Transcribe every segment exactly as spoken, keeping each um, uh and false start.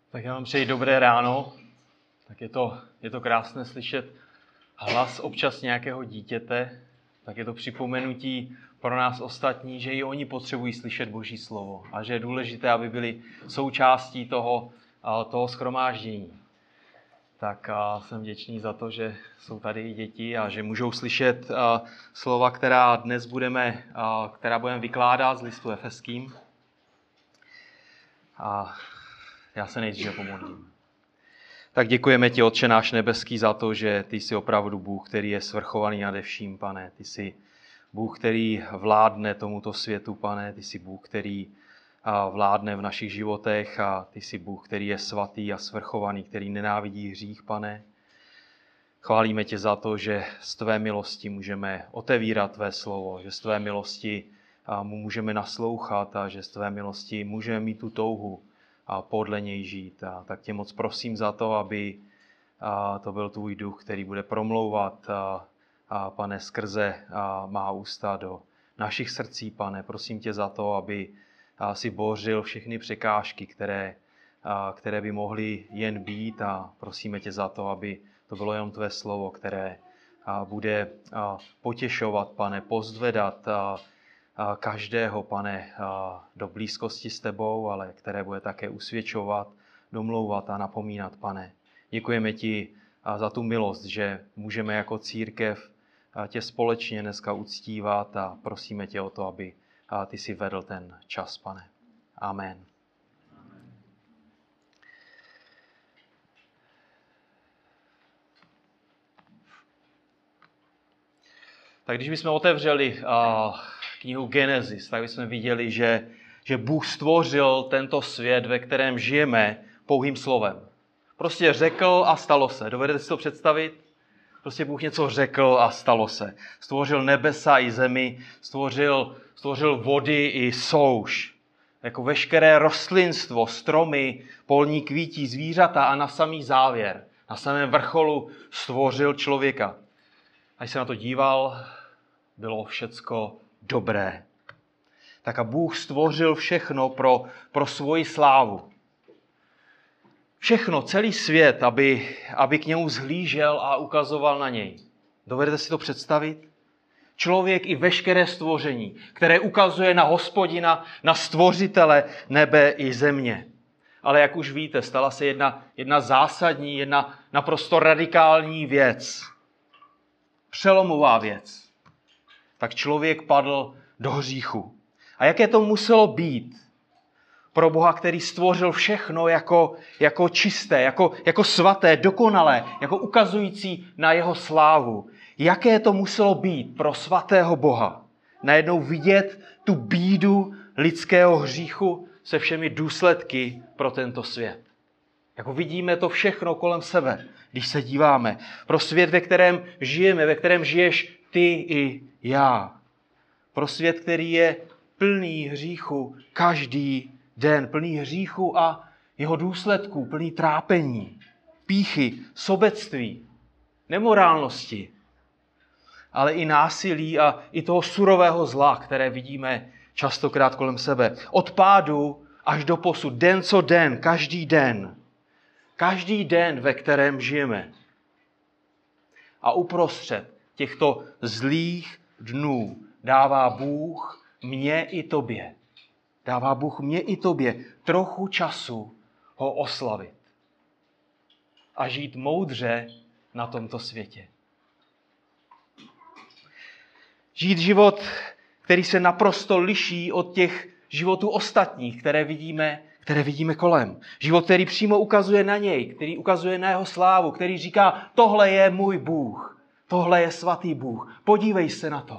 Tak já vám přeji dobré ráno. Tak je to, je to krásné slyšet hlas občas nějakého dítěte. Tak je to připomenutí pro nás ostatní, že i oni potřebují slyšet Boží slovo. A že je důležité, aby byli součástí toho, toho shromáždění. Tak jsem vděčný za to, že jsou tady i děti a že můžou slyšet slova, která dnes budeme, která budeme vykládat z listu Efeským. A já se nejdříve pomodlím. Tak děkujeme ti, Otče náš nebeský, za to, že ty jsi opravdu Bůh, který je svrchovaný nade vším, Pane. Ty jsi Bůh, který vládne tomuto světu, Pane. Ty jsi Bůh, který vládne v našich životech a ty jsi Bůh, který je svatý a svrchovaný, který nenávidí hřích, Pane. Chválíme tě za to, že z tvé milosti můžeme otevírat tvé slovo, že z tvé milosti mu můžeme naslouchat a že z tvé milosti můžeme mít tu touhu a podle něj žít. A tak tě moc prosím za to, aby to byl tvůj duch, který bude promlouvat, a, a, Pane, skrze a, má ústa do našich srdcí, Pane. Prosím tě za to, aby a, si bořil všechny překážky, které, a, které by mohly jen být, a prosíme tě za to, aby to bylo jenom tvé slovo, které a, bude a, potěšovat, Pane, pozdvedat a, každého, Pane, do blízkosti s tebou, ale které bude také usvědčovat, domlouvat a napomínat, Pane. Děkujeme ti za tu milost, že můžeme jako církev tě společně dneska uctívat a prosíme tě o to, aby ty si vedl ten čas, Pane. Amen. Tak když bychom otevřeli uh, knihu Genesis, tak bychom viděli, že, že Bůh stvořil tento svět, ve kterém žijeme, pouhým slovem. Prostě řekl a stalo se. Dovedete si to představit? Prostě Bůh něco řekl a stalo se. Stvořil nebesa i zemi, stvořil, stvořil vody i souš. Jako veškeré rostlinstvo, stromy, polní kvítí, zvířata a na samý závěr, na samém vrcholu stvořil člověka. Až se na to díval, bylo všecko dobré. Tak a Bůh stvořil všechno pro, pro svoji slávu. Všechno, celý svět, aby, aby k němu zhlížel a ukazoval na něj. Dovedete si to představit? Člověk i veškeré stvoření, které ukazuje na Hospodina, na stvořitele nebe i země. Ale jak už víte, stala se jedna, jedna zásadní, jedna naprosto radikální věc. Přelomová věc. Tak člověk padl do hříchu. A jaké to muselo být pro Boha, který stvořil všechno jako, jako čisté, jako, jako svaté, dokonalé, jako ukazující na jeho slávu. Jaké to muselo být pro svatého Boha najednou vidět tu bídu lidského hříchu se všemi důsledky pro tento svět. Jako vidíme to všechno kolem sebe, když se díváme. Pro svět, ve kterém žijeme, ve kterém žiješ ty i já. Pro svět, který je plný hříchu každý den. Plný hříchu a jeho důsledků, plný trápení, pýchy, sobectví, nemorálnosti, ale i násilí a i toho surového zla, které vidíme častokrát kolem sebe. Od pádu až do posud, den co den, každý den. Každý den, ve kterém žijeme. A uprostřed těchto zlých dnů dává Bůh mně i tobě. Dává Bůh mně i tobě trochu času ho oslavit. A žít moudře na tomto světě. Žít život, který se naprosto liší od těch životů ostatních, které vidíme které vidíme kolem. Život, který přímo ukazuje na něj, který ukazuje na jeho slávu, který říká, tohle je můj Bůh, tohle je svatý Bůh, podívej se na to.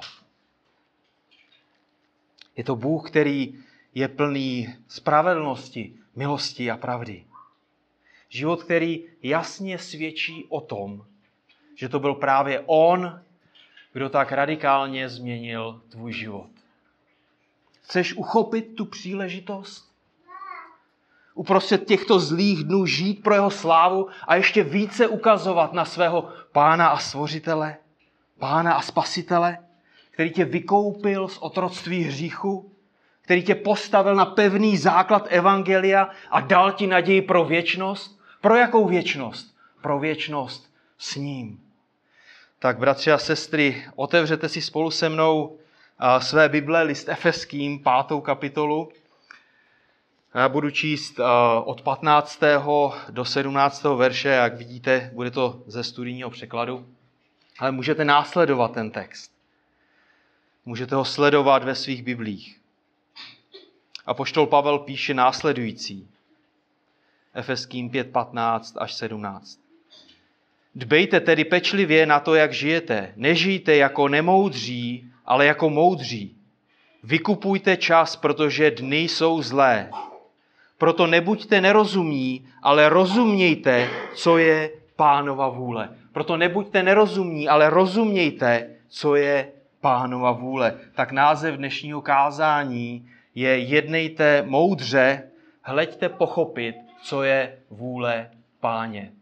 Je to Bůh, který je plný spravedlnosti, milosti a pravdy. Život, který jasně svědčí o tom, že to byl právě on, kdo tak radikálně změnil tvůj život. Chceš uchopit tu příležitost? Uprostřed těchto zlých dnů žít pro jeho slávu a ještě více ukazovat na svého Pána a Stvořitele, Pána a Spasitele, který tě vykoupil z otroctví hříchu, který tě postavil na pevný základ evangelia a dal ti naději pro věčnost. Pro jakou věčnost? Pro věčnost s ním. Tak bratři a sestry, otevřete si spolu se mnou své Bible, list Efeským, pátou kapitolu. Já budu číst od patnáctého do sedmnáctého verše, jak vidíte, bude to ze studijního překladu. Ale můžete následovat ten text. Můžete ho sledovat ve svých biblích. Apoštol Pavel píše následující. Efeským pět patnáct až sedmnáct. Dbejte tedy pečlivě na to, jak žijete. Nežijte jako nemoudří, ale jako moudří. Vykupujte čas, protože dny jsou zlé. Proto nebuďte nerozumní, ale rozumějte, co je Pánova vůle. Proto nebuďte nerozumní, ale rozumějte, co je Pánova vůle. Tak název dnešního kázání je Jednejte moudře, hleďte pochopit, co je vůle Páně.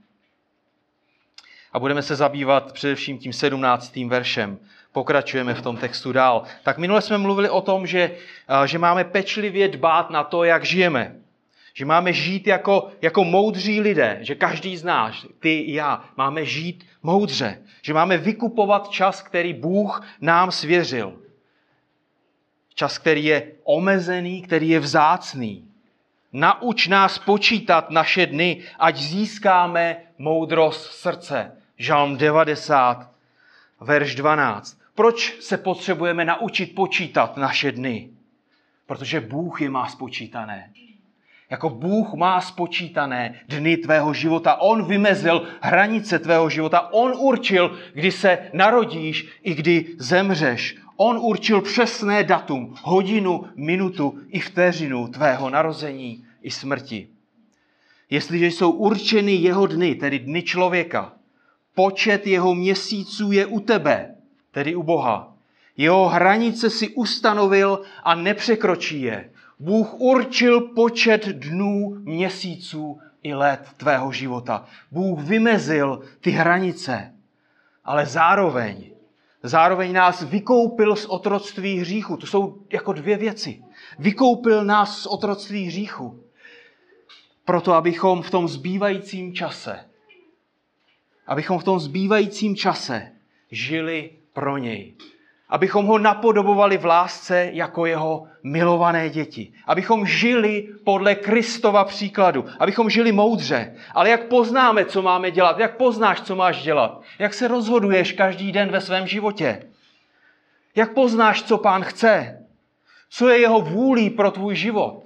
A budeme se zabývat především tím sedmnáctým veršem. Pokračujeme v tom textu dál. Tak minule jsme mluvili o tom, že, že máme pečlivě dbát na to, jak žijeme. Že máme žít jako, jako moudří lidé. Že každý z nás, ty i já, máme žít moudře. Že máme vykupovat čas, který Bůh nám svěřil. Čas, který je omezený, který je vzácný. Nauč nás počítat naše dny, ať získáme moudrost srdce. Žalm devadesát, verš dvanáct. Proč se potřebujeme naučit počítat naše dny? Protože Bůh je má spočítané. Jako Bůh má spočítané dny tvého života. On vymezil hranice tvého života. On určil, kdy se narodíš i kdy zemřeš. On určil přesné datum, hodinu, minutu i vteřinu tvého narození i smrti. Jestliže jsou určeny jeho dny, tedy dny člověka, počet jeho měsíců je u tebe, tedy u Boha. Jeho hranice si ustanovil a nepřekročí je. Bůh určil počet dnů, měsíců i let tvého života. Bůh vymezil ty hranice, ale zároveň, zároveň nás vykoupil z otroctví hříchu. To jsou jako dvě věci. Vykoupil nás z otroctví hříchu. Proto, abychom v tom zbývajícím čase, abychom v tom zbývajícím čase žili pro něj. Abychom ho napodobovali v lásce jako jeho milované děti. Abychom žili podle Kristova příkladu. Abychom žili moudře. Ale jak poznáme, co máme dělat? Jak poznáš, co máš dělat? Jak se rozhoduješ každý den ve svém životě? Jak poznáš, co Pán chce? Co je jeho vůlí pro tvůj život?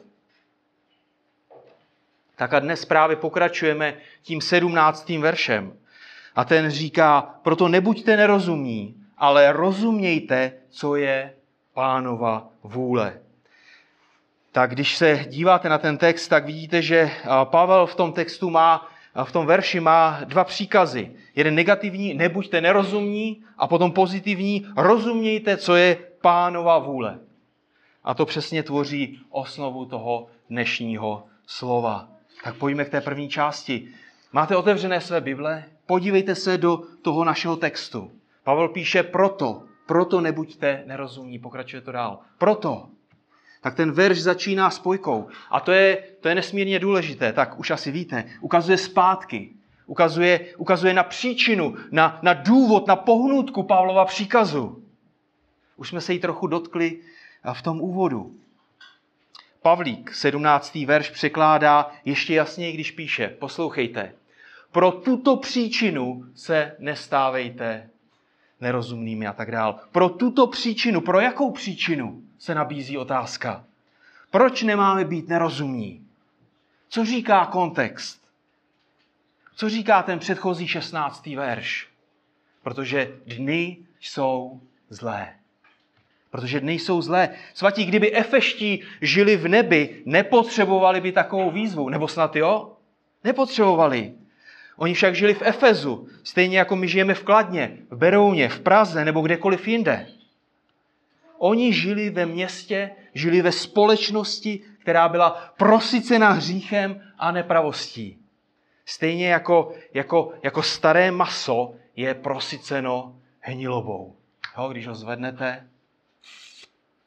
Tak a dnes právě pokračujeme tím sedmnáctým veršem. A ten říká, proto nebuďte nerozumní, ale rozumějte, co je Pánova vůle. Tak když se díváte na ten text, tak vidíte, že Pavel v tom textu má, v tom verši má dva příkazy. Jeden negativní, nebuďte nerozumní, a potom pozitivní, rozumějte, co je Pánova vůle. A to přesně tvoří osnovu toho dnešního slova. Tak pojďme k té první části. Máte otevřené své Bible? Podívejte se do toho našeho textu. Pavel píše proto, proto nebuďte nerozumní, pokračuje to dál. Proto. Tak ten verš začíná spojkou. A to je, to je nesmírně důležité, tak už asi víte. Ukazuje zpátky, ukazuje, ukazuje na příčinu, na, na důvod, na pohnutku Pavlova příkazu. Už jsme se jí trochu dotkli v tom úvodu. Pavlík, sedmnáctý verš, překládá ještě jasněji, když píše, poslouchejte, pro tuto příčinu se nestávejte nerozumnými a tak dál. Pro tuto příčinu, pro jakou příčinu se nabízí otázka? Proč nemáme být nerozumní? Co říká kontext? Co říká ten předchozí šestnáctý verš? Protože dny jsou zlé. Protože dny jsou zlé. Svatí, kdyby Efeští žili v nebi, nepotřebovali by takovou výzvu. Nebo snad jo? Nepotřebovali. Oni však žili v Efezu, stejně jako my žijeme v Kladně, v Berouně, v Praze nebo kdekoliv jinde. Oni žili ve městě, žili ve společnosti, která byla prosycena hříchem a nepravostí. Stejně jako, jako, jako staré maso je prosyceno hnilobou. Jo, když ho zvednete,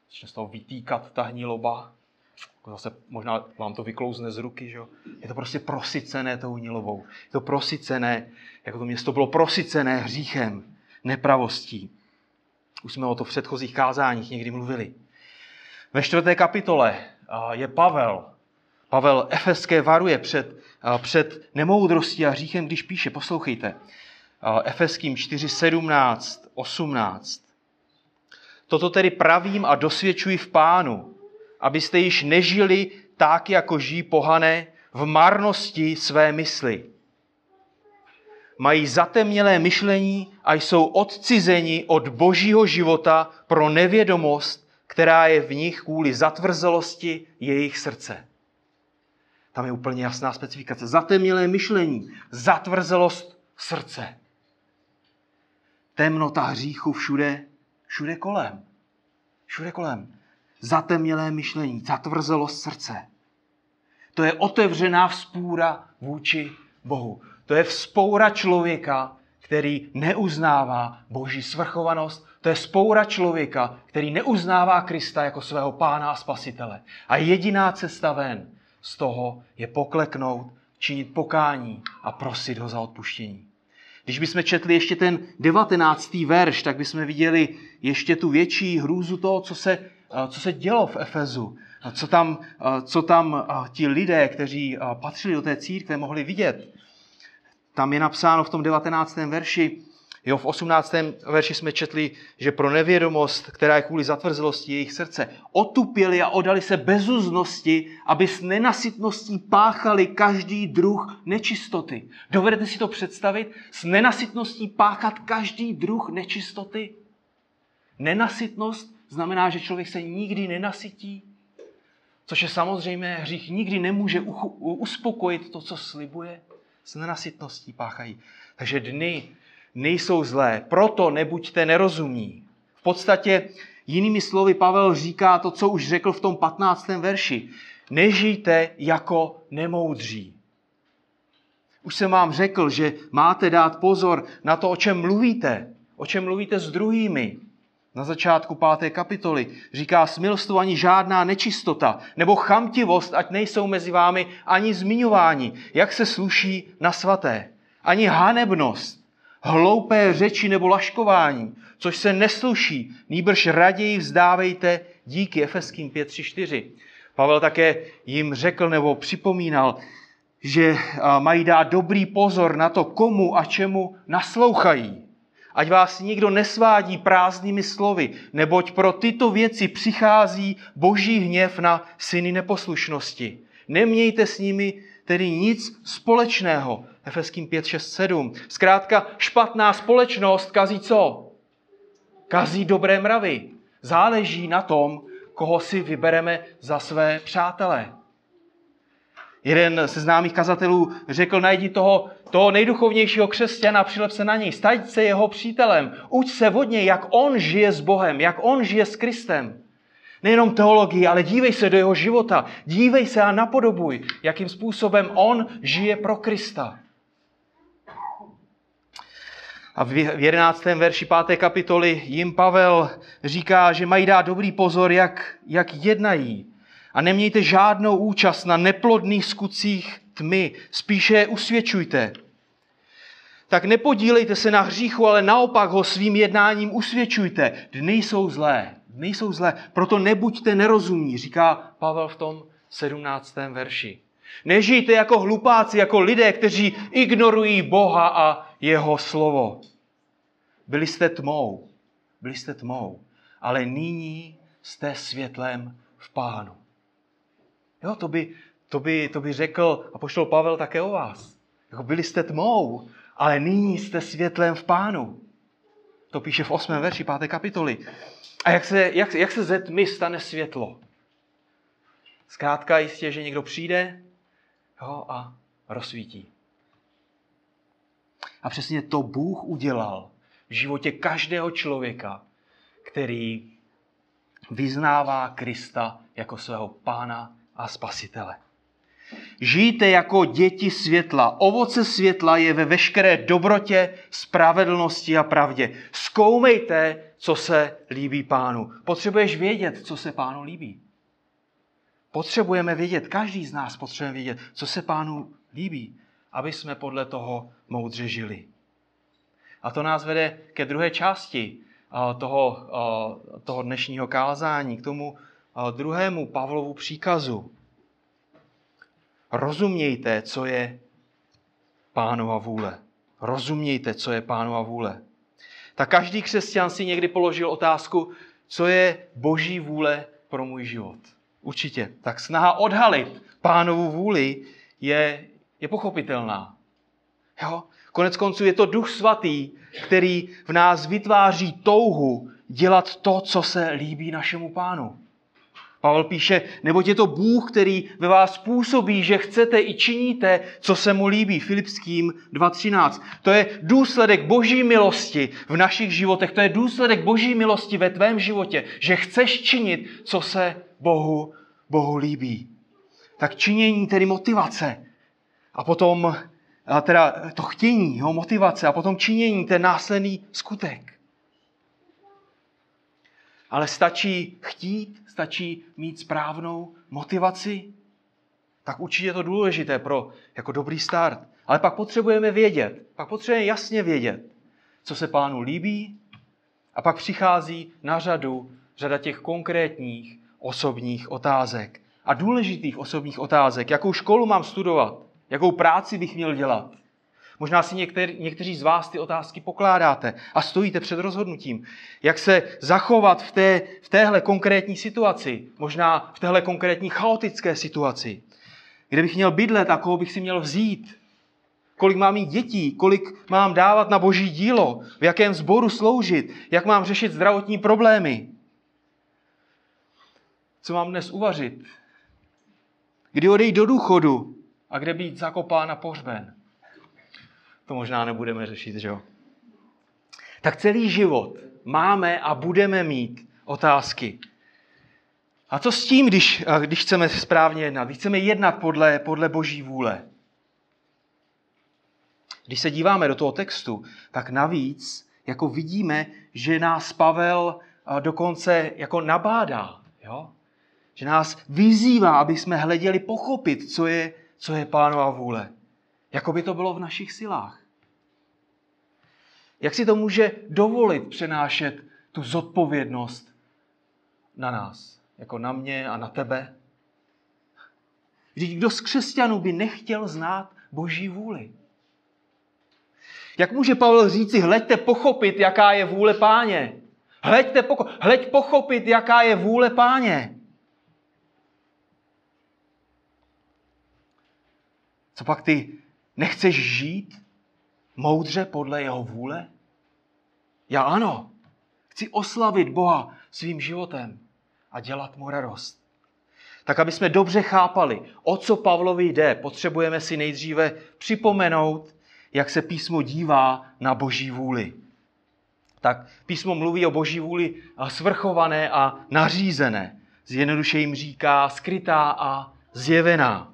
začne z toho vytýkat ta hniloba. Zase možná vám to vyklouzne z ruky, že jo? Je to prostě prosycené tou hnilobou. Je to prosycené, jako to město bylo prosycené hříchem, nepravostí. Už jsme o to v předchozích kázáních někdy mluvili. Ve čtvrté kapitole je Pavel. Pavel Efeské varuje před, před nemoudrostí a hříchem, když píše, poslouchejte, Efeským čtyři, sedmnáct, osmnáct. Toto tedy pravím a dosvědčuji v Pánu, abyste již nežili tak, jako žijí pohané, v marnosti své mysli. Mají zatemnělé myšlení a jsou odcizeni od božího života pro nevědomost, která je v nich kvůli zatvrzelosti jejich srdce. Tam je úplně jasná specifikace. Zatemnělé myšlení, zatvrzelost srdce. Temnota hříchu všude, všude kolem. Všude kolem. Zatemnělé myšlení, zatvrzelost srdce. To je otevřená vzpůra vůči Bohu. To je vzpoura člověka, který neuznává Boží svrchovanost. To je vzpoura člověka, který neuznává Krista jako svého Pána a Spasitele. A jediná cesta ven z toho je pokleknout, činit pokání a prosit ho za odpuštění. Když bychom četli ještě ten devatenáctý verš, tak bychom viděli ještě tu větší hrůzu toho, co se, co se dělo v Efezu. Co tam, co tam ti lidé, kteří patřili do té církve, mohli vidět. Tam je napsáno v tom devatenáctém verši, jo, v osmnáctém verši jsme četli, že pro nevědomost, která je kvůli zatvrzelosti jejich srdce, otupěli a odali se bezúznosti, aby s nenasytností páchali každý druh nečistoty. Dovedete si to představit? S nenasytností páchat každý druh nečistoty? Nenasytnost znamená, že člověk se nikdy nenasytí, což je samozřejmě hřích, nikdy nemůže uspokojit to, co slibuje. S nenasytností páchají. Takže dny nejsou zlé, proto nebuďte nerozumní. V podstatě jinými slovy Pavel říká to, co už řekl v tom patnáctém verši. Nežijte jako nemoudří. Už jsem vám řekl, že máte dát pozor na to, o čem mluvíte. O čem mluvíte s druhými. Na začátku páté kapitoly říká, smilstvo ani žádná nečistota, nebo chamtivost, ať nejsou mezi vámi ani zmiňováni, jak se sluší na svaté. Ani hanebnost, hloupé řeči nebo laškování, což se nesluší, nýbrž raději vzdávejte díky. Efeským pět, tři, čtyři. Pavel také jim řekl nebo připomínal, že mají dát dobrý pozor na to, komu a čemu naslouchají. Ať vás nikdo nesvádí prázdnými slovy, neboť pro tyto věci přichází boží hněv na syny neposlušnosti. Nemějte s nimi tedy nic společného. Efeským pět, šest, sedm. Zkrátka špatná společnost kazí co? Kazí dobré mravy. Záleží na tom, koho si vybereme za své přátele. Jeden ze známých kazatelů řekl, najdi toho, toho nejduchovnějšího křesťana, přilep se na něj, staň se jeho přítelem, uč se od něj, jak on žije s Bohem, jak on žije s Kristem. Nejenom teologii, ale dívej se do jeho života, dívej se a napodobuj, jakým způsobem on žije pro Krista. A v jedenáctém verši páté kapitoly jim Pavel říká, že mají dát dobrý pozor, jak, jak jednají. A nemějte žádnou účast na neplodných skutcích tmy, spíše je usvědčujte. Tak nepodílejte se na hříchu, ale naopak ho svým jednáním usvědčujte. Dny jsou zlé, dny jsou zlé, proto nebuďte nerozumní, říká Pavel v tom sedmnáctém verši. Nežijte jako hlupáci, jako lidé, kteří ignorují Boha a jeho slovo. Byli jste tmou, byli jste tmou, ale nyní jste světlem v Pánu. Jo, to by, to by, to by řekl apoštol Pavel také o vás. Jako byli jste tmou, ale nyní jste světlem v Pánu. To píše v osmém verši páté kapitoly. A jak se, jak, jak se ze tmy stane světlo? Zkrátka jistě, že někdo přijde jo, a rozsvítí. A přesně to Bůh udělal v životě každého člověka, který vyznává Krista jako svého Pána a Spasitele. Žijte jako děti světla. Ovoce světla je ve veškeré dobrotě, spravedlnosti a pravdě. Zkoumejte, co se líbí Pánu. Potřebuješ vědět, co se Pánu líbí. Potřebujeme vědět, každý z nás potřebuje vědět, co se Pánu líbí, aby jsme podle toho moudře žili. A to nás vede ke druhé části toho, toho dnešního kázání, k tomu druhému Pavlovu příkazu. Rozumějte, co je Pánova vůle. Rozumějte, co je Pánova vůle. Tak každý křesťan si někdy položil otázku, co je Boží vůle pro můj život. Určitě. Tak snaha odhalit Pánovu vůli je, je pochopitelná. Jo? Konec konců je to Duch Svatý, který v nás vytváří touhu dělat to, co se líbí našemu Pánu. Pavel píše, neboť je to Bůh, který ve vás působí, že chcete i činíte, co se mu líbí. Filipským dva třináct. To je důsledek Boží milosti v našich životech. To je důsledek Boží milosti ve tvém životě, že chceš činit, co se Bohu, Bohu líbí. Tak činění, tedy motivace. A potom a teda to chtění, jo, motivace a potom činění, ten následný skutek. Ale stačí chtít, stačí mít správnou motivaci. Tak určitě je to důležité pro jako dobrý start. Ale pak potřebujeme vědět, pak potřebujeme jasně vědět, co se Pánu líbí, a pak přichází na řadu řada těch konkrétních osobních otázek. A důležitých osobních otázek. Jakou školu mám studovat? Jakou práci bych měl dělat? Možná si některý, někteří z vás ty otázky pokládáte a stojíte před rozhodnutím. Jak se zachovat v, té, v téhle konkrétní situaci? Možná v téhle konkrétní chaotické situaci. Kde bych měl bydlet a koho bych si měl vzít? Kolik mám mít dětí? Kolik mám dávat na Boží dílo? V jakém sboru sloužit? Jak mám řešit zdravotní problémy? Co mám dnes uvařit? Kdy odejít do důchodu? A kde být zakopán a pohřben? To možná nebudeme řešit, že jo? Tak celý život máme a budeme mít otázky. A co s tím, když, když chceme správně jednat? Když chceme jednat podle, podle Boží vůle? Když se díváme do toho textu, tak navíc jako vidíme, že nás Pavel dokonce jako nabádá. Jo? Že nás vyzývá, aby jsme hleděli pochopit, co je, co je Pánova vůle. Jako by to bylo v našich silách. Jak si to může dovolit přenášet tu zodpovědnost na nás? Jako na mě a na tebe? Vždyť kdo z křesťanů by nechtěl znát Boží vůli? Jak může Pavel říci, hleďte pochopit, jaká je vůle Páně? Hleďte pocho- hleď pochopit, jaká je vůle Páně. Co pak ty nechceš žít moudře podle jeho vůle? Já ano. Chci oslavit Boha svým životem a dělat mu radost. Tak, aby jsme dobře chápali, o co Pavlovi jde, potřebujeme si nejdříve připomenout, jak se písmo dívá na Boží vůli. Tak písmo mluví o Boží vůli svrchované a nařízené. Zjednoduše jim říká skrytá a zjevená.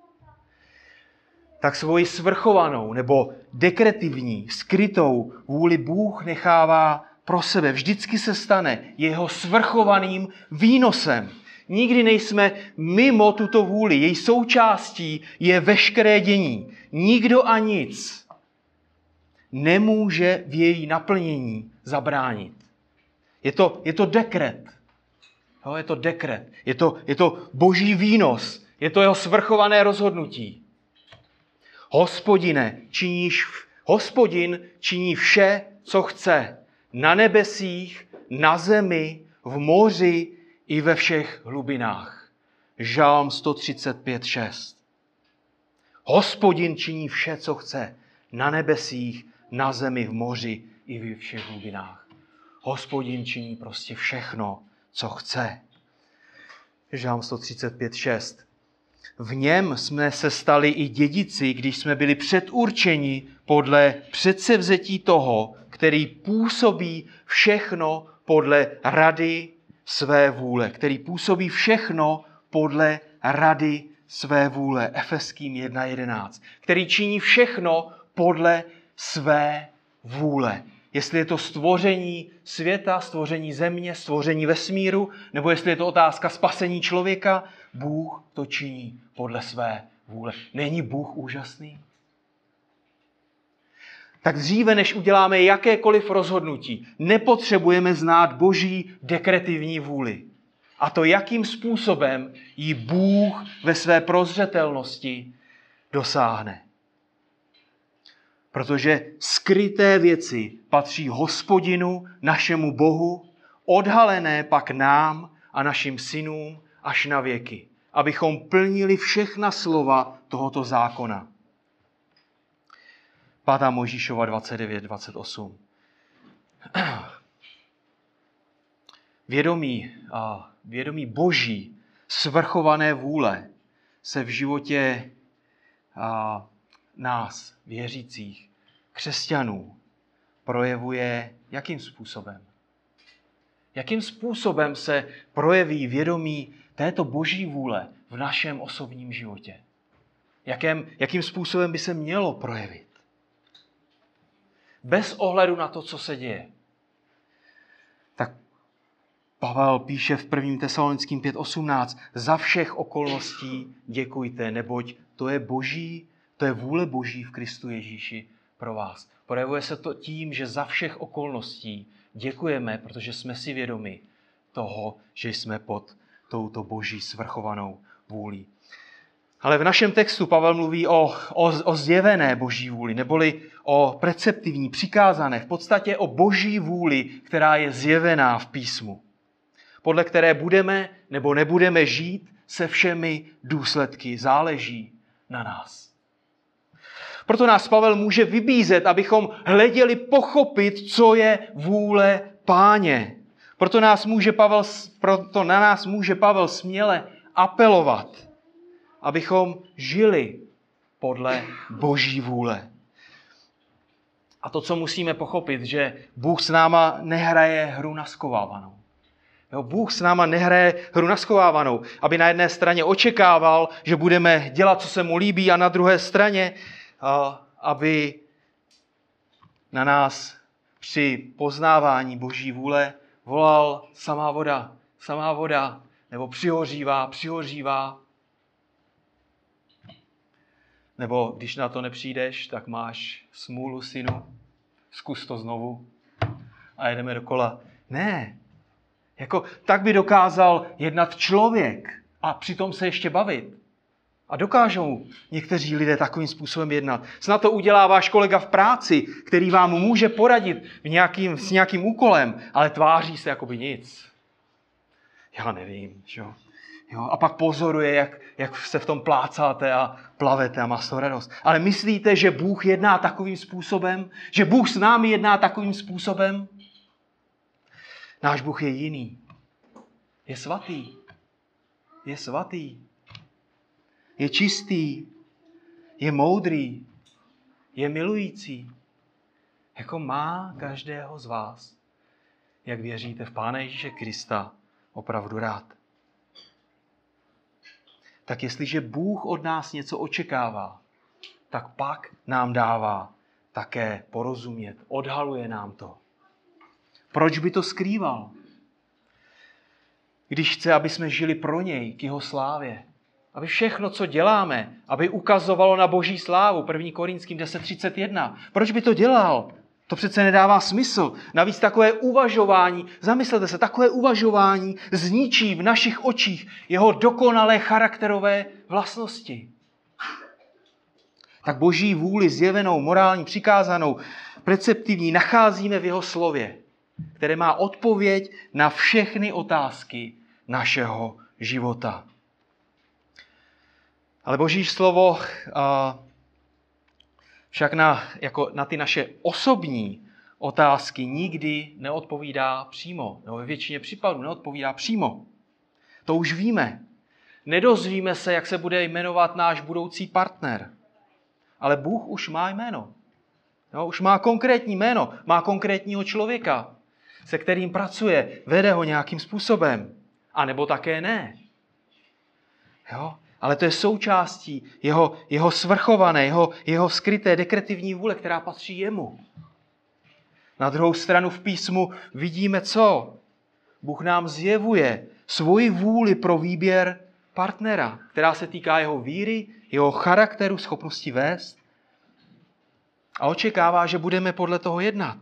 Tak svoji svrchovanou nebo dekretivní, skrytou vůli Bůh nechává pro sebe. Vždycky se stane jeho svrchovaným výnosem. Nikdy nejsme mimo tuto vůli. Její součástí je veškeré dění. Nikdo a nic nemůže v její naplnění zabránit. Je to, je to dekret. Jo, je to dekret. Je to, je to Boží výnos. Je to jeho svrchované rozhodnutí. Hospodine, činíš, Hospodin činí vše, co chce. Na nebesích, na zemi, v moři i ve všech hlubinách. Žálm sto třicet pět šest. Hospodin činí vše, co chce. Na nebesích, na zemi, v moři i ve všech hlubinách. Hospodin činí prostě všechno, co chce. Žálm sto třicet pět šest. V něm jsme se stali i dědici, když jsme byli předurčeni podle předsevzetí toho, který působí všechno podle rady své vůle. Který působí všechno podle rady své vůle. Efeským jedna jedenáct. Který činí všechno podle své vůle. Jestli je to stvoření světa, stvoření země, stvoření vesmíru, nebo jestli je to otázka spasení člověka, Bůh to činí podle své vůle. Není Bůh úžasný? Tak dříve, než uděláme jakékoliv rozhodnutí, nepotřebujeme znát Boží dekretivní vůli. A to, jakým způsobem ji Bůh ve své prozřetelnosti dosáhne. Protože skryté věci patří Hospodinu, našemu Bohu, odhalené pak nám a našim synům až na věky, abychom plnili všechna slova tohoto zákona. pátá Mojžíšova dvacet devět dvacet osm. Vědomí, a vědomí Boží svrchované vůle se v životě a, nás, věřících, křesťanů, projevuje jakým způsobem? Jakým způsobem se projeví vědomí této Boží vůle v našem osobním životě? Jakým, jakým způsobem by se mělo projevit? Bez ohledu na to, co se děje. Tak Pavel píše v prvním Tesalonickým pět osmnáct: za všech okolností děkujte, neboť to je Boží, to je vůle Boží v Kristu Ježíši pro vás. Projevuje se to tím, že za všech okolností děkujeme, protože jsme si vědomi toho, že jsme pod touto Boží svrchovanou vůlí. Ale v našem textu Pavel mluví o, o, o zjevené Boží vůli, neboli o preceptivní, přikázané, v podstatě o Boží vůli, která je zjevená v písmu, podle které budeme nebo nebudeme žít se všemi důsledky, záleží na nás. Proto nás Pavel může vybízet, abychom hleděli pochopit, co je vůle Páně. Proto, nás může Pavel, proto na nás může Pavel směle apelovat, abychom žili podle Boží vůle. A to, co musíme pochopit, že Bůh s náma nehraje hru naskovávanou. Jo, Bůh s náma nehraje hru naskovávanou, aby na jedné straně očekával, že budeme dělat, co se mu líbí, a na druhé straně, aby na nás při poznávání Boží vůle volal samá voda, samá voda, nebo přihořívá, přihořívá. Nebo když na to nepřijdeš, tak máš smůlu, synu, zkus to znovu a jedeme dokola. Ne, jako tak by dokázal jednat člověk a přitom se ještě bavit. A dokážou někteří lidé takovým způsobem jednat. Snad to udělá váš kolega v práci, který vám může poradit v nějakým, s nějakým úkolem, ale tváří se jakoby nic. Já nevím, jo. Jo, a pak pozoruje, jak, jak se v tom plácáte a plavete a má z toho radost. Ale myslíte, že Bůh jedná takovým způsobem? Že Bůh s námi jedná takovým způsobem? Náš Bůh je jiný. Je svatý. Je svatý. Je čistý. Je moudrý. Je milující. Jako má každého z vás, jak věříte v Pána Ježíše Krista, opravdu rád. Tak jestliže Bůh od nás něco očekává, tak pak nám dává také porozumět. Odhaluje nám to. Proč by to skrýval? Když chce, aby jsme žili pro něj, k jeho slávě. Aby všechno, co děláme, aby ukazovalo na Boží slávu. první Korinským deset třicet jedna. Proč by to dělal? To přece nedává smysl. Navíc takové uvažování, zamyslete se, takové uvažování zničí v našich očích jeho dokonalé charakterové vlastnosti. Tak Boží vůli zjevenou, morální, přikázanou, preceptivní nacházíme v jeho slově, které má odpověď na všechny otázky našeho života. Ale Boží slovo a, však na, jako na ty naše osobní otázky nikdy neodpovídá přímo, nebo ve většině případů neodpovídá přímo. To už víme. Nedozvíme se, jak se bude jmenovat náš budoucí partner. Ale Bůh už má jméno. Jo, už má konkrétní jméno, má konkrétního člověka, se kterým pracuje, vede ho nějakým způsobem. A nebo také ne. Jo? Ale to je součástí jeho, jeho svrchované, jeho, jeho skryté dekretivní vůle, která patří jemu. Na druhou stranu v písmu vidíme co? Bůh nám zjevuje svoji vůli pro výběr partnera, která se týká jeho víry, jeho charakteru, schopnosti vést a očekává, že budeme podle toho jednat.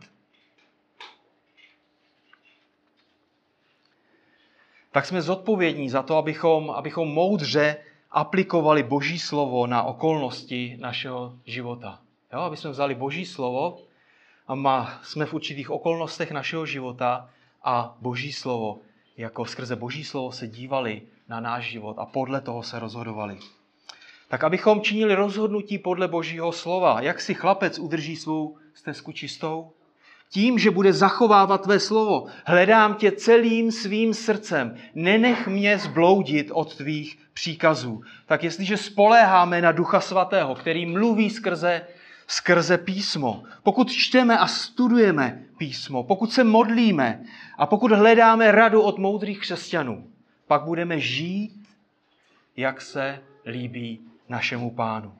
Tak jsme zodpovědní za to, abychom, abychom moudře aplikovali Boží slovo na okolnosti našeho života. Jo, aby jsme vzali Boží slovo a má, jsme v určitých okolnostech našeho života a Boží slovo, jako skrze Boží slovo se dívali na náš život a podle toho se rozhodovali. Tak abychom činili rozhodnutí podle Božího slova. Jak si chlapec udrží svou stezku čistou? Tím, že bude zachovávat tvé slovo. Hledám tě celým svým srdcem. Nenech mě zbloudit od tvých příkazů. Tak jestliže spoléháme na Ducha Svatého, který mluví skrze, skrze písmo, pokud čteme a studujeme písmo, pokud se modlíme a pokud hledáme radu od moudrých křesťanů, pak budeme žít, jak se líbí našemu Pánu.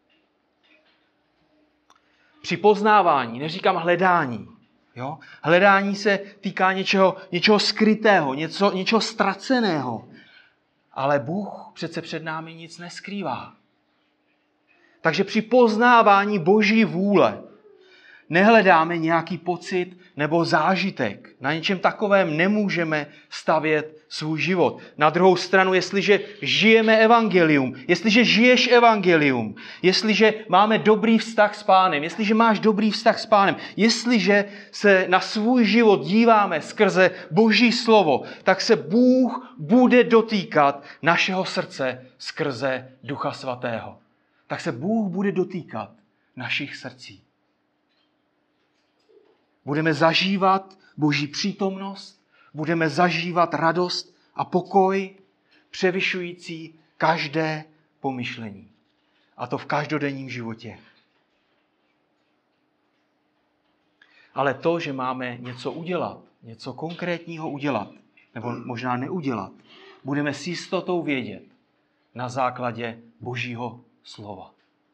Při poznávání, neříkám hledání, jo? Hledání se týká něčeho, něčeho skrytého, něco, něčeho ztraceného, ale Bůh přece před námi nic neskrývá. Takže při poznávání Boží vůle nehledáme nějaký pocit nebo zážitek. Na něčem takovém nemůžeme stavět svůj život. Na druhou stranu, jestliže žijeme evangelium, jestliže žiješ evangelium, jestliže máme dobrý vztah s Pánem, jestliže máš dobrý vztah s Pánem, jestliže se na svůj život díváme skrze Boží slovo, tak se Bůh bude dotýkat našeho srdce skrze Ducha Svatého. Tak se Bůh bude dotýkat našich srdcí. Budeme zažívat Boží přítomnost, budeme zažívat radost a pokoj převyšující každé pomyšlení. A to v každodenním životě. Ale to, že máme něco udělat, něco konkrétního udělat, nebo možná neudělat, budeme s jistotou vědět na základě Božího slova.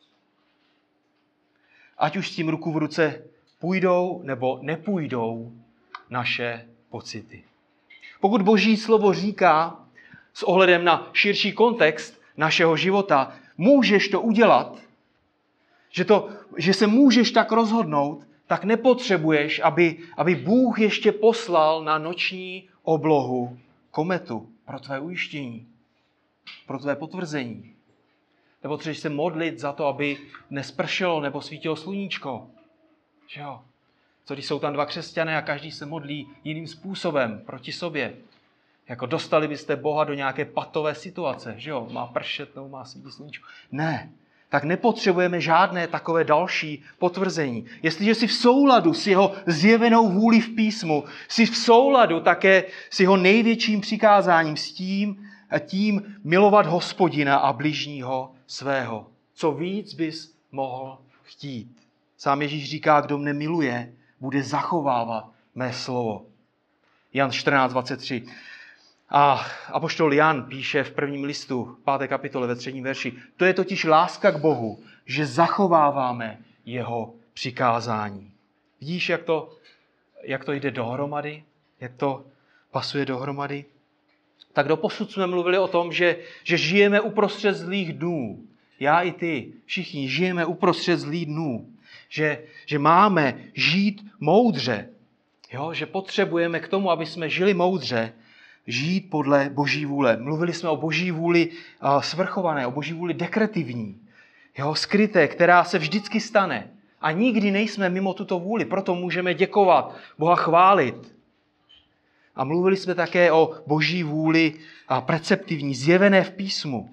Ať už s tím ruku v ruce půjdou nebo nepůjdou naše pocity. Pokud Boží slovo říká s ohledem na širší kontext našeho života, můžeš to udělat, že, to, že se můžeš tak rozhodnout, tak nepotřebuješ, aby, aby Bůh ještě poslal na noční oblohu kometu pro tvé ujištění, pro tvé potvrzení. Nepotřebuješ se modlit za to, aby nespršelo nebo svítilo sluníčko. Že jo? Co když jsou tam dva křesťané a každý se modlí jiným způsobem proti sobě? Jako dostali byste Boha do nějaké patové situace, že jo? Má pršet nebo má svítit sluníčko. Ne, tak nepotřebujeme žádné takové další potvrzení. Jestliže jsi v souladu s jeho zjevenou vůlí v písmu, jsi v souladu také s jeho největším přikázáním, s tím a tím milovat Hospodina a bližního svého. Co víc bys mohl chtít? Sám Ježíš říká, kdo mne miluje, bude zachovávat mé slovo. Jan čtrnáct dvacet tři. A apoštol Jan píše v prvním listu, páté kapitole ve třetím verši. To je totiž láska k Bohu, že zachováváme jeho přikázání. Vidíš, jak to, jak to jde dohromady? Jak to pasuje dohromady? Tak doposud jsme mluvili o tom, že, že žijeme uprostřed zlých dnů. Já i ty, všichni žijeme uprostřed zlých dnů. Že, že máme žít moudře. Jo? Že potřebujeme k tomu, aby jsme žili moudře, žít podle Boží vůle. Mluvili jsme o Boží vůli uh, svrchované, o Boží vůli dekretivní, jo? Skryté, která se vždycky stane. A nikdy nejsme mimo tuto vůli, proto můžeme děkovat, Boha chválit. A mluvili jsme také o Boží vůli uh, preceptivní, zjevené v písmu,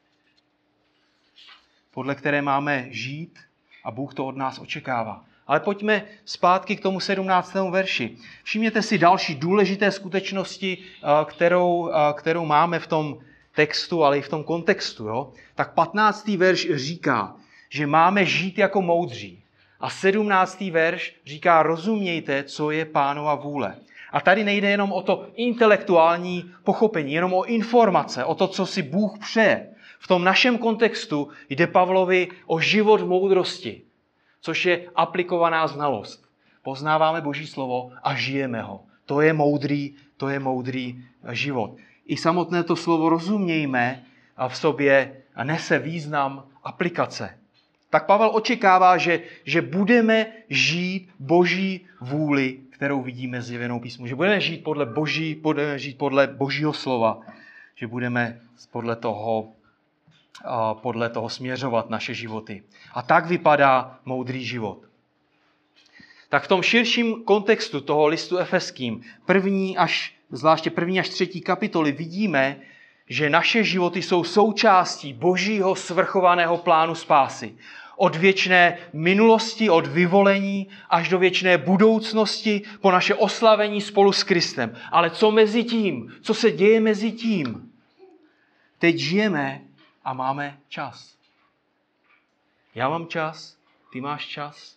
podle které máme žít a Bůh to od nás očekává. Ale pojďme zpátky k tomu sedmnáctému verši. Všimněte si další důležité skutečnosti, kterou, kterou máme v tom textu, ale i v tom kontextu. Jo? Tak patnáctý verš říká, že máme žít jako moudří. A sedmnáctý verš říká, rozumějte, co je Pánova vůle. A tady nejde jenom o to intelektuální pochopení, jenom o informace, o to, co si Bůh přeje. V tom našem kontextu jde Pavlovi o život v moudrosti, což je aplikovaná znalost. poznáváme Boží slovo a žijeme ho. To je moudrý, to je moudrý život. I samotné to slovo rozumějme a v sobě nese význam aplikace. Tak Pavel očekává, že, že budeme žít Boží vůli, kterou vidíme zjevenou písmu. Že budeme žít podle Boží, budeme žít podle Božího slova. Že budeme podle toho, podle toho směřovat naše životy. A tak vypadá moudrý život. Tak v tom širším kontextu toho listu Efeským, první až, zvláště první až třetí kapitoly, vidíme, že naše životy jsou součástí Božího svrchovaného plánu spásy. Od věčné minulosti, od vyvolení, až do věčné budoucnosti, po naše oslavení spolu s Kristem. Ale co mezi tím? Co se děje mezi tím? Teď žijeme a máme čas. Já mám čas, ty máš čas.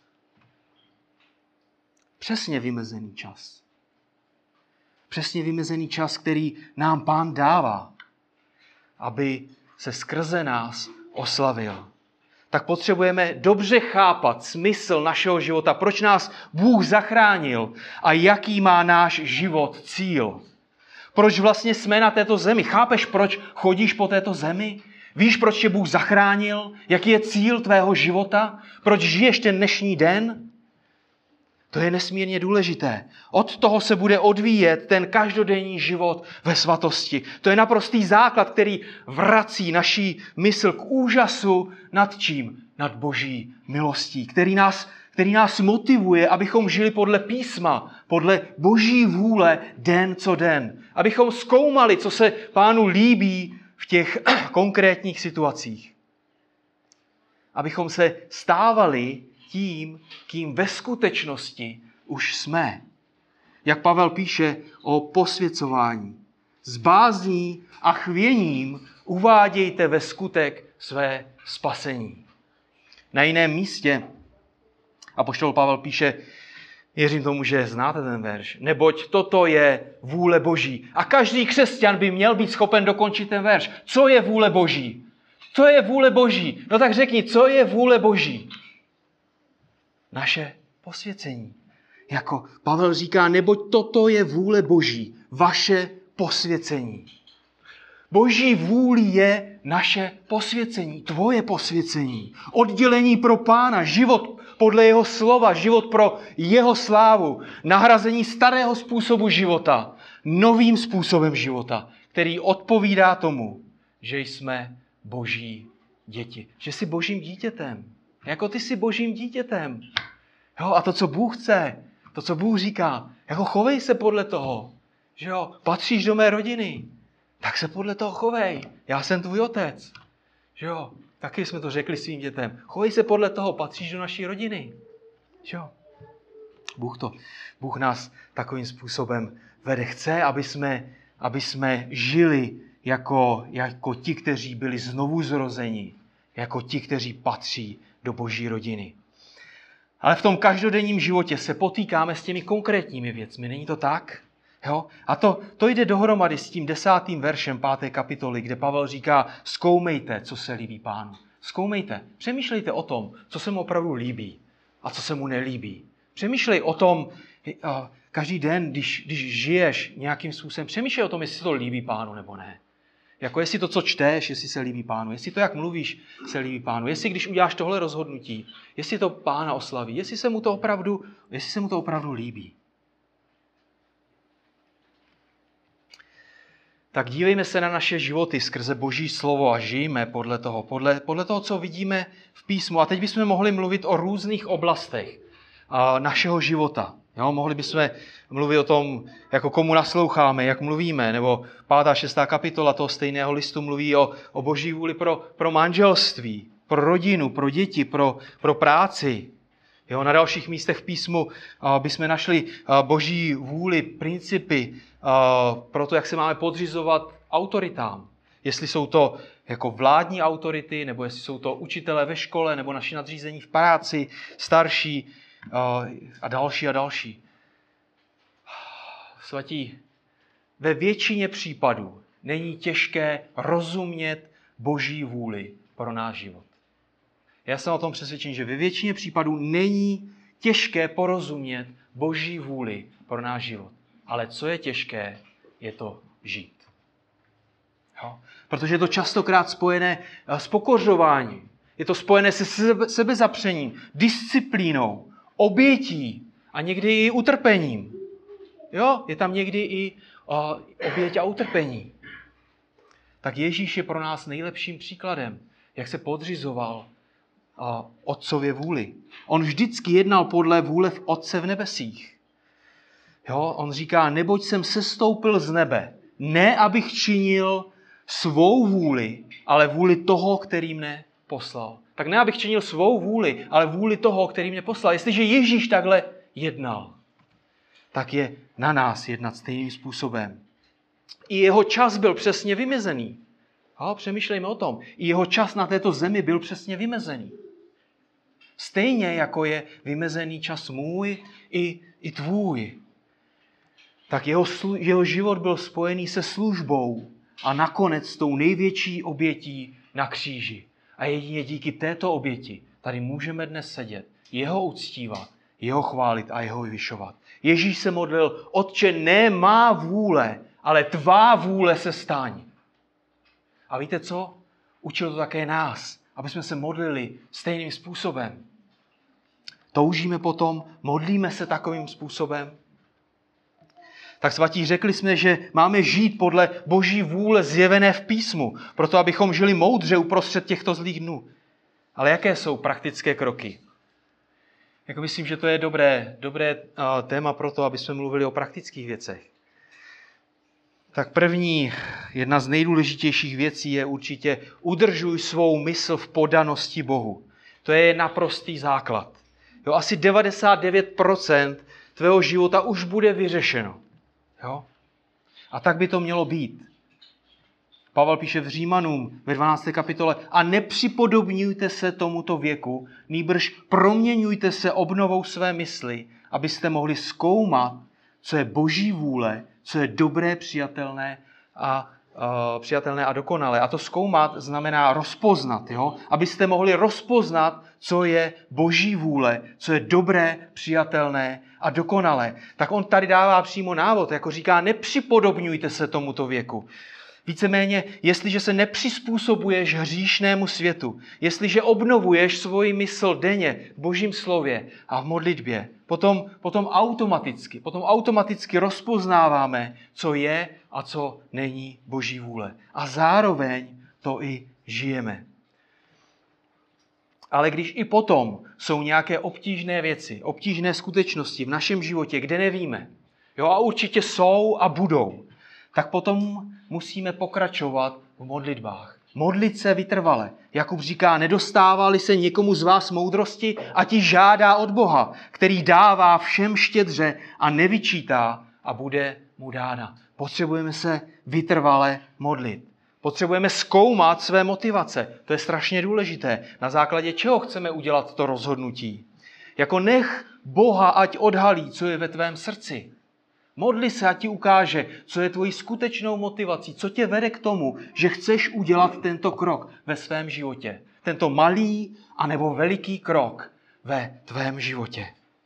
Přesně vymezený čas. Přesně vymezený čas, který nám Pán dává, aby se skrze nás oslavil. Tak potřebujeme dobře chápat smysl našeho života, proč nás Bůh zachránil a jaký má náš život cíl. Proč vlastně jsme na této zemi? Chápeš, proč chodíš po této zemi? Víš, proč tě Bůh zachránil? Jaký je cíl tvého života? Proč žiješ ten dnešní den? To je nesmírně důležité. Od toho se bude odvíjet ten každodenní život ve svatosti. To je naprostý základ, který vrací naší mysl k úžasu nad čím? Nad Boží milostí, který nás, který nás motivuje, abychom žili podle písma, podle Boží vůle den co den. Abychom zkoumali, co se Pánu líbí v těch konkrétních situacích. Abychom se stávali tím, kým ve skutečnosti už jsme. Jak Pavel píše o posvěcování. S bázní a chvěním uvádějte ve skutek své spasení. Na jiném místě apoštol Pavel píše, věřím tomu, že znáte ten verš, neboť toto je vůle Boží. A každý křesťan by měl být schopen dokončit ten verš. Co je vůle Boží? Co je vůle Boží? No tak řekni, co je vůle Boží? Naše posvěcení. Jako Pavel říká, neboť toto je vůle Boží, vaše posvěcení. Boží vůli je naše posvěcení, tvoje posvěcení. Oddělení pro Pána, život podle jeho slova, život pro jeho slávu, nahrazení starého způsobu života, novým způsobem života, který odpovídá tomu, že jsme Boží děti. Že jsi Božím dítětem. Jako ty jsi Božím dítětem. Jo, a to, co Bůh chce, to, co Bůh říká, jako chovej se podle toho, že jo, patříš do mé rodiny, tak se podle toho chovej. Já jsem tvůj otec. Že jo, taky jsme to řekli svým dětem. Chovej se podle toho, patříš do naší rodiny. Že jo. Bůh to, Bůh nás takovým způsobem vede. Chce, aby jsme, aby jsme žili jako, jako ti, kteří byli znovu zrozeni, jako ti, kteří patří do Boží rodiny. Ale v tom každodenním životě se potýkáme s těmi konkrétními věcmi. Není to tak? Jo? A to, to jde dohromady s tím desátým veršem páté kapitoly, kde Pavel říká, zkoumejte, co se líbí Pánu. Zkoumejte, přemýšlejte o tom, co se mu opravdu líbí a co se mu nelíbí. Přemýšlej o tom, každý den, když, když žiješ nějakým způsobem, přemýšlej o tom, jestli to líbí Pánu nebo ne. Jako jestli to, co čteš, jestli se líbí Pánu, jestli to, jak mluvíš, se líbí Pánu, jestli když uděláš tohle rozhodnutí, jestli to Pána oslaví, jestli se mu to opravdu, jestli se mu to opravdu líbí. Tak dívejme se na naše životy skrze Boží slovo a žijeme podle toho, podle, podle toho, co vidíme v písmu. A teď bychom mohli mluvit o různých oblastech našeho života. Jo, mohli bychom mluvit o tom, jako komu nasloucháme, jak mluvíme, nebo pátá, šestá kapitola toho stejného listu mluví o, o Boží vůli pro, pro manželství, pro rodinu, pro děti, pro, pro práci. Jo, na dalších místech v písmu uh, bychom našli uh, Boží vůli, principy uh, pro to, jak se máme podřizovat autoritám. Jestli jsou to jako vládní autority, nebo jestli jsou to učitelé ve škole, nebo naši nadřízení v práci, starší, a další a další. Svatí, ve většině případů není těžké rozumět Boží vůli pro náš život. Já jsem o tom přesvědčen, že ve většině případů není těžké porozumět Boží vůli pro náš život. Ale co je těžké, je to žít. Jo? Protože je to častokrát spojené s pokořováním. Je to spojené se sebe, sebezapřením, disciplínou, obětí a někdy i utrpením. Jo? Je tam někdy i uh, oběť a utrpení. Tak Ježíš je pro nás nejlepším příkladem, jak se podřizoval uh, Otcově vůli. On vždycky jednal podle vůle v Otce v nebesích. Jo? On říká, neboť jsem sestoupil z nebe, ne abych činil svou vůli, ale vůli toho, který mne poslal. Tak ne, abych činil svou vůli, ale vůli toho, který mě poslal. Jestliže Ježíš takhle jednal, tak je na nás jednat stejným způsobem. I jeho čas byl přesně vymezený. A přemýšlejme o tom. I jeho čas na této zemi byl přesně vymezený. Stejně jako je vymezený čas můj i, i tvůj. Tak jeho, jeho život byl spojený se službou a nakonec s tou největší obětí na kříži. A jedině díky této oběti tady můžeme dnes sedět, jeho uctívat, jeho chválit a jeho vyvyšovat. Ježíš se modlil, Otče, ne má vůle, ale tvá vůle se staň. A víte co? Učil to také nás, aby jsme se modlili stejným způsobem. Toužíme potom, modlíme se takovým způsobem. Tak svatí, řekli jsme, že máme žít podle Boží vůle zjevené v písmu, proto abychom žili moudře uprostřed těchto zlých dnů. Ale jaké jsou praktické kroky? Jako myslím, že to je dobré, dobré uh, téma pro to, aby jsme mluvili o praktických věcech. Tak první, jedna z nejdůležitějších věcí je určitě udržuj svou mysl v podanosti Bohu. To je naprostý základ. Jo, asi devadesát devět procent tvého života už bude vyřešeno. Jo? A tak by to mělo být. Pavel píše v Římanům ve dvanácté kapitole a nepřipodobňujte se tomuto věku, nýbrž proměňujte se obnovou své mysli, abyste mohli zkoumat, co je Boží vůle, co je dobré, přijatelné a, uh, přijatelné a dokonalé. A to zkoumat znamená rozpoznat, jo? Abyste mohli rozpoznat, co je Boží vůle, co je dobré, přijatelné a dokonalé. Tak on tady dává přímo návod, jako říká, nepřipodobňujte se tomuto věku. Víceméně, jestliže se nepřizpůsobuješ hříšnému světu, jestliže obnovuješ svoji mysl denně v Božím slově a v modlitbě, potom, potom automaticky, potom automaticky rozpoznáváme, co je a co není Boží vůle. A zároveň to i žijeme. Ale když i potom jsou nějaké obtížné věci, obtížné skutečnosti v našem životě, kde nevíme, jo, a určitě jsou a budou, tak potom musíme pokračovat v modlitbách. Modlit se vytrvale. Jakub říká, nedostává-li se někomu z vás moudrosti, a ti žádá od Boha, který dává všem štědře a nevyčítá a bude mu dána. Potřebujeme se vytrvale modlit. Potřebujeme zkoumat své motivace. To je strašně důležité. Na základě čeho chceme udělat to rozhodnutí. Jako nech Boha, ať odhalí, co je ve tvém srdci. Modli se a ti ukáže, co je tvojí skutečnou motivací, co tě vede k tomu, že chceš udělat tento krok ve svém životě. Tento malý anebo veliký krok ve tvém životě.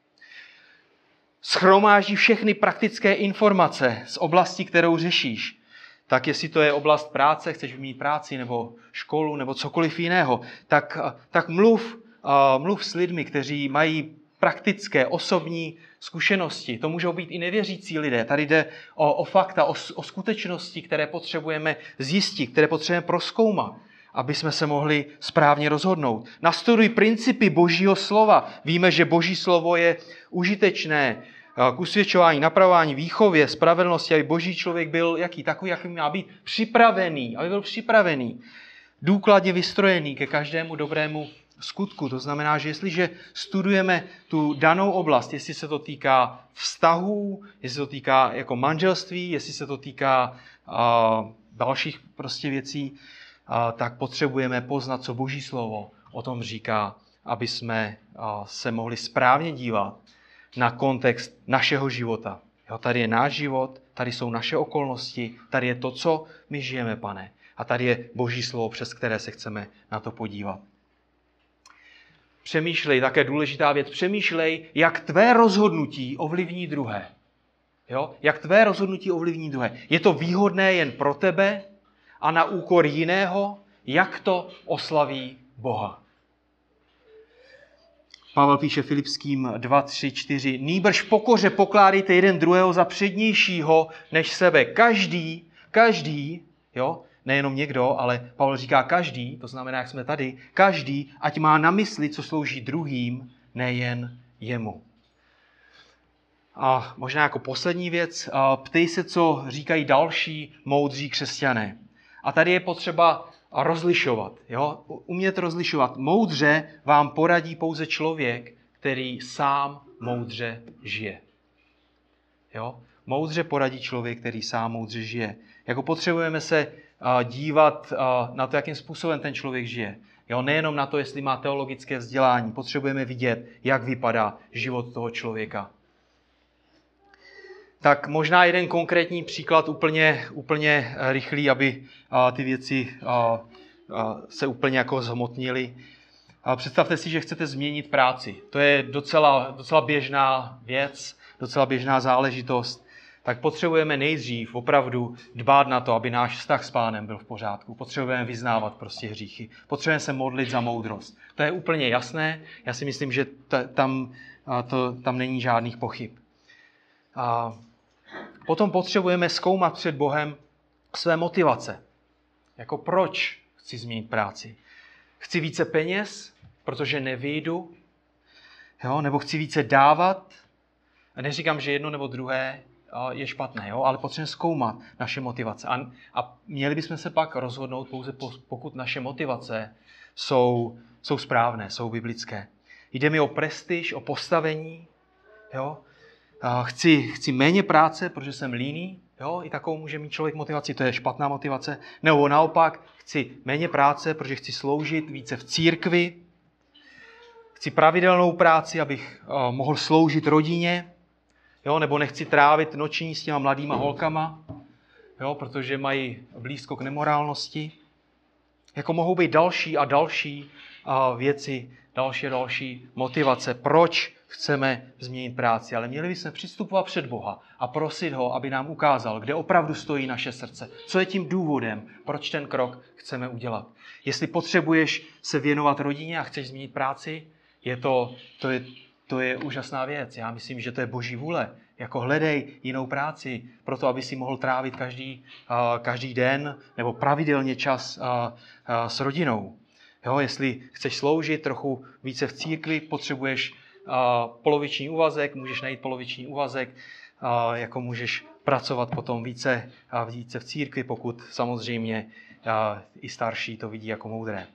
Shromáždí všechny praktické informace z oblasti, kterou řešíš. Tak jestli to je oblast práce, chceš mít práci nebo školu nebo cokoliv jiného, tak, tak mluv, mluv s lidmi, kteří mají praktické, osobní zkušenosti. To můžou být i nevěřící lidé. Tady jde o, o fakta, o, o skutečnosti, které potřebujeme zjistit, které potřebujeme prozkoumat, aby jsme se mohli správně rozhodnout. Nastuduj principy Božího slova. Víme, že Boží slovo je užitečné k usvědčování, napravování, výchově, spravedlnosti, aby Boží člověk byl jaký? Takový, jaký má být připravený, aby byl připravený, důkladně vystrojený ke každému dobrému skutku. To znamená, že jestliže studujeme tu danou oblast, jestli se to týká vztahů, jestli se to týká jako manželství, jestli se to týká uh, dalších prostě věcí, uh, tak potřebujeme poznat, co Boží slovo o tom říká, aby jsme uh, se mohli správně dívat na kontext našeho života. Jo, tady je náš život, tady jsou naše okolnosti, tady je to, co my žijeme, Pane. A tady je Boží slovo, přes které se chceme na to podívat. přemýšlej, také důležitá věc, přemýšlej, jak tvé rozhodnutí ovlivní druhé. Jo? Jak tvé rozhodnutí ovlivní druhé. Je to výhodné jen pro tebe a na úkor jiného, jak to oslaví Boha. Pavel píše Filipským dva, tři, čtyři. Nýbrž pokoře pokládejte jeden druhého za přednějšího než sebe. Každý, každý, jo, nejenom někdo, ale Pavel říká každý, to znamená, jak jsme tady, každý, ať má na mysli, co slouží druhým, nejen jemu. A možná jako poslední věc, ptej se, co říkají další moudří křesťané. A tady je potřeba rozlišovat. Jo? Umět rozlišovat. Moudře vám poradí pouze člověk, který sám moudře žije. Jo? Moudře poradí člověk, který sám moudře žije. Jako potřebujeme se dívat na to, jakým způsobem ten člověk žije. Jo? Nejenom na to, jestli má teologické vzdělání. Potřebujeme vidět, jak vypadá život toho člověka. Tak možná jeden konkrétní příklad úplně, úplně rychlý, aby a, ty věci a, a, se úplně jako zhmotnily. A představte si, že chcete změnit práci. To je docela, docela běžná věc, docela běžná záležitost. Tak potřebujeme nejdřív opravdu dbát na to, aby náš vztah s Pánem byl v pořádku. Potřebujeme vyznávat prostě hříchy. Potřebujeme se modlit za moudrost. To je úplně jasné. Já si myslím, že t- tam, to, tam není žádných pochyb. A potom potřebujeme zkoumat před Bohem své motivace. Jako proč chci změnit práci? Chci více peněz, protože nevyjdu? Jo? Nebo chci více dávat? A neříkám, že jedno nebo druhé je špatné, jo? Ale potřebujeme zkoumat naše motivace. A, a měli bychom se pak rozhodnout pouze pokud naše motivace jsou, jsou správné, jsou biblické. Jde mi o prestiž, o postavení, jo? Chci, chci méně práce, protože jsem líný. Jo? I takovou může mít člověk motivaci, to je špatná motivace. Nebo naopak, chci méně práce, protože chci sloužit více v církvi. Chci pravidelnou práci, abych uh, mohl sloužit rodině. Jo? Nebo nechci trávit noční s těma mladýma holkama, jo? Protože mají blízko k nemorálnosti. Jako mohou být další a další uh, věci, další a další motivace. Proč chceme změnit práci, ale měli bychom přistupovat před Boha a prosit ho, aby nám ukázal, kde opravdu stojí naše srdce. Co je tím důvodem, proč ten krok chceme udělat. Jestli potřebuješ se věnovat rodině a chceš změnit práci, je to, to, je, to je úžasná věc. Já myslím, že to je Boží vůle. Jako hledej jinou práci, proto aby si mohl trávit každý, uh, každý den nebo pravidelně čas uh, uh, s rodinou. Jo, jestli chceš sloužit trochu více v církvi, potřebuješ Uh, poloviční úvazek, můžeš najít poloviční úvazek, uh, jako můžeš pracovat potom více, uh, více v církvi, pokud samozřejmě uh, i starší to vidí jako moudré.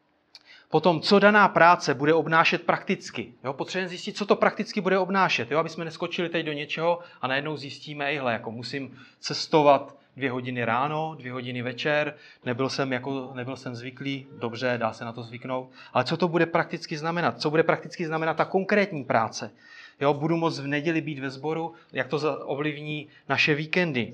Potom, co daná práce bude obnášet prakticky. Jo? Potřebujeme zjistit, co to prakticky bude obnášet, jo? Aby jsme neskočili teď do něčeho a najednou zjistíme, ejhle, jako musím cestovat dvě hodiny ráno, dvě hodiny večer, nebyl jsem, jako, nebyl jsem zvyklý, dobře, dá se na to zvyknout, ale co to bude prakticky znamenat? Co bude prakticky znamenat ta konkrétní práce? Jo? Budu moct v neděli být ve sboru, jak to ovlivní naše víkendy?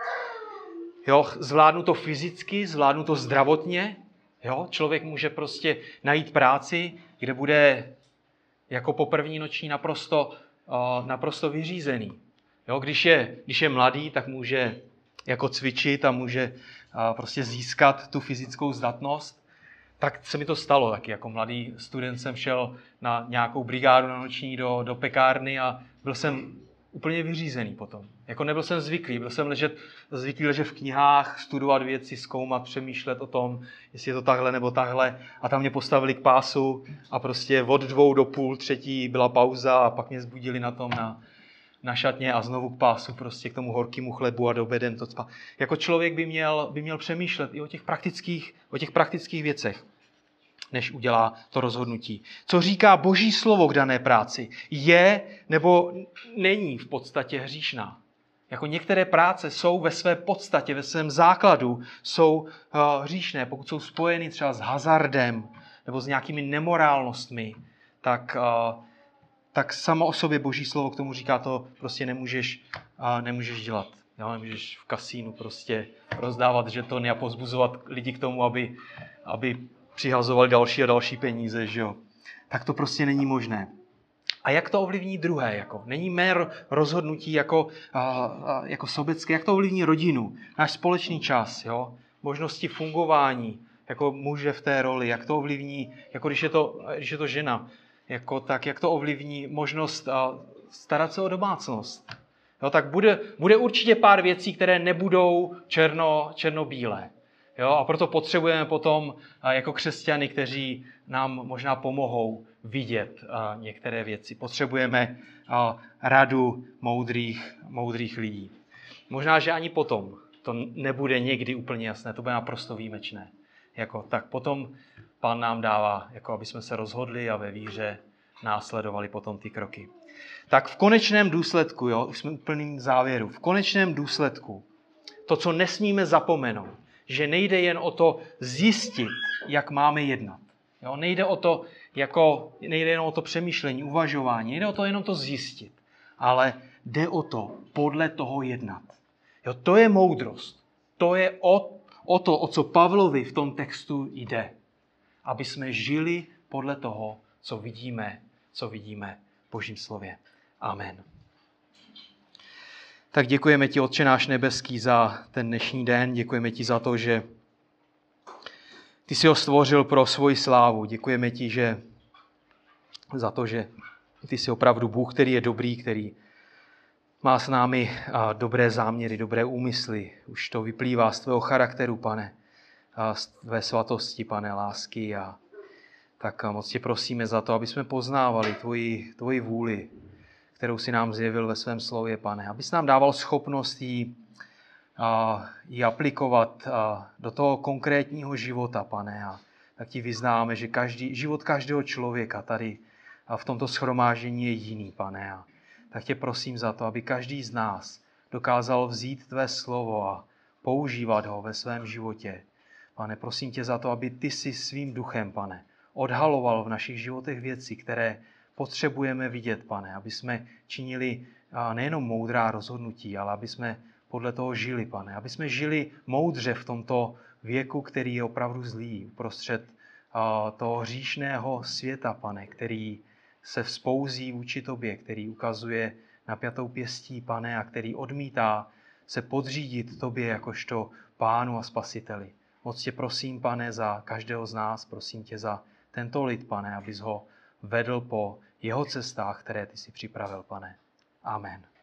Jo? Zvládnu to fyzicky, zvládnu to zdravotně. Jo? Člověk může prostě najít práci, kde bude jako po první noční naprosto, uh, naprosto vyřízený. Jo? Když je, když je mladý, tak může jako cvičit a může uh, prostě získat tu fyzickou zdatnost. Tak se mi to stalo taky. Jako mladý student jsem šel na nějakou brigádu na noční do, do pekárny a byl jsem úplně vyřízený potom. Jako nebyl jsem zvyklý, byl jsem ležet, zvyklý ležet v knihách, studovat věci, zkoumat, přemýšlet o tom, jestli je to takhle nebo takhle. A tam mě postavili k pásu a prostě od dvou do půl třetí byla pauza a pak mě zbudili na tom na, na šatně a znovu k pásu, prostě k tomu horkému chlebu a do oběden to spát. Jako člověk by měl, by měl přemýšlet i o těch praktických, o těch praktických věcech, než udělá to rozhodnutí. Co říká Boží slovo k dané práci? Je nebo není v podstatě hříšná? Jako některé práce jsou ve své podstatě, ve svém základu, jsou uh, hříšné. Pokud jsou spojeny třeba s hazardem nebo s nějakými nemorálnostmi, tak, uh, tak samo o sobě Boží slovo k tomu říká, to prostě nemůžeš, uh, nemůžeš dělat. Jo? Nemůžeš v kasínu prostě rozdávat žetony a pozbuzovat lidi k tomu, aby, aby přihazovali další a další peníze, že jo. tak to prostě není možné. A jak to ovlivní druhé? Jako? Není mé rozhodnutí jako, a, a, jako sobecké, jak to ovlivní rodinu, náš společný čas, jo? Možnosti fungování jako muže v té roli, jak to ovlivní, jako když je to, když je to žena, jako tak, jak to ovlivní možnost a, starat se o domácnost. Jo, tak bude, bude určitě pár věcí, které nebudou černo, černobílé. Jo, a proto potřebujeme potom jako křesťany, kteří nám možná pomohou vidět některé věci. Potřebujeme radu moudrých, moudrých lidí. Možná, že ani potom to nebude někdy úplně jasné, to bude naprosto výjimečné. Jako, tak potom Pán nám dává, jako aby jsme se rozhodli a ve víře následovali potom ty kroky. Tak v konečném důsledku, jo, už jsme úplným závěru, v konečném důsledku to, co nesmíme zapomenout, že nejde jen o to zjistit, jak máme jednat. Jo, nejde o to, jako, nejde jen o to přemýšlení, uvažování, nejde o to jenom to zjistit, ale jde o to podle toho jednat. Jo, to je moudrost. To je o, o to, o co Pavlovi v tom textu jde. Aby jsme žili podle toho, co vidíme, co vidíme v Božím slově. Amen. Tak děkujeme ti, Otče náš nebeský, za ten dnešní den. Děkujeme ti za to, že ty jsi ho stvořil pro svoji slávu. Děkujeme ti, že za to, že ty jsi opravdu Bůh, který je dobrý, který má s námi dobré záměry, dobré úmysly. Už to vyplývá z tvého charakteru, Pane, a z tvé svatosti, Pane, lásky. A tak moc tě prosíme za to, aby jsme poznávali tvoji, tvoji vůli, kterou si nám zjevil ve svém slově, Pane. Abys nám dával schopnost ji, a, ji aplikovat a, do toho konkrétního života, Pane. A tak ti vyznáme, že každý, život každého člověka tady a v tomto shromáždění je jiný, Pane. A tak tě prosím za to, aby každý z nás dokázal vzít tvé slovo a používat ho ve svém životě. Pane, prosím tě za to, aby ty si svým duchem, Pane, odhaloval v našich životech věci, které potřebujeme vidět, Pane, aby jsme činili nejenom moudrá rozhodnutí, ale aby jsme podle toho žili, Pane, aby jsme žili moudře v tomto věku, který je opravdu zlý, uprostřed toho hříšného světa, Pane, který se vzpouzí vůči tobě, který ukazuje napjatou pěstí, Pane, a který odmítá se podřídit tobě jakožto Pánu a Spasiteli. Moc tě prosím, Pane, za každého z nás, prosím tě za tento lid, Pane, abys ho vedl po jeho cestách, které ty si připravil, Pane. Amen.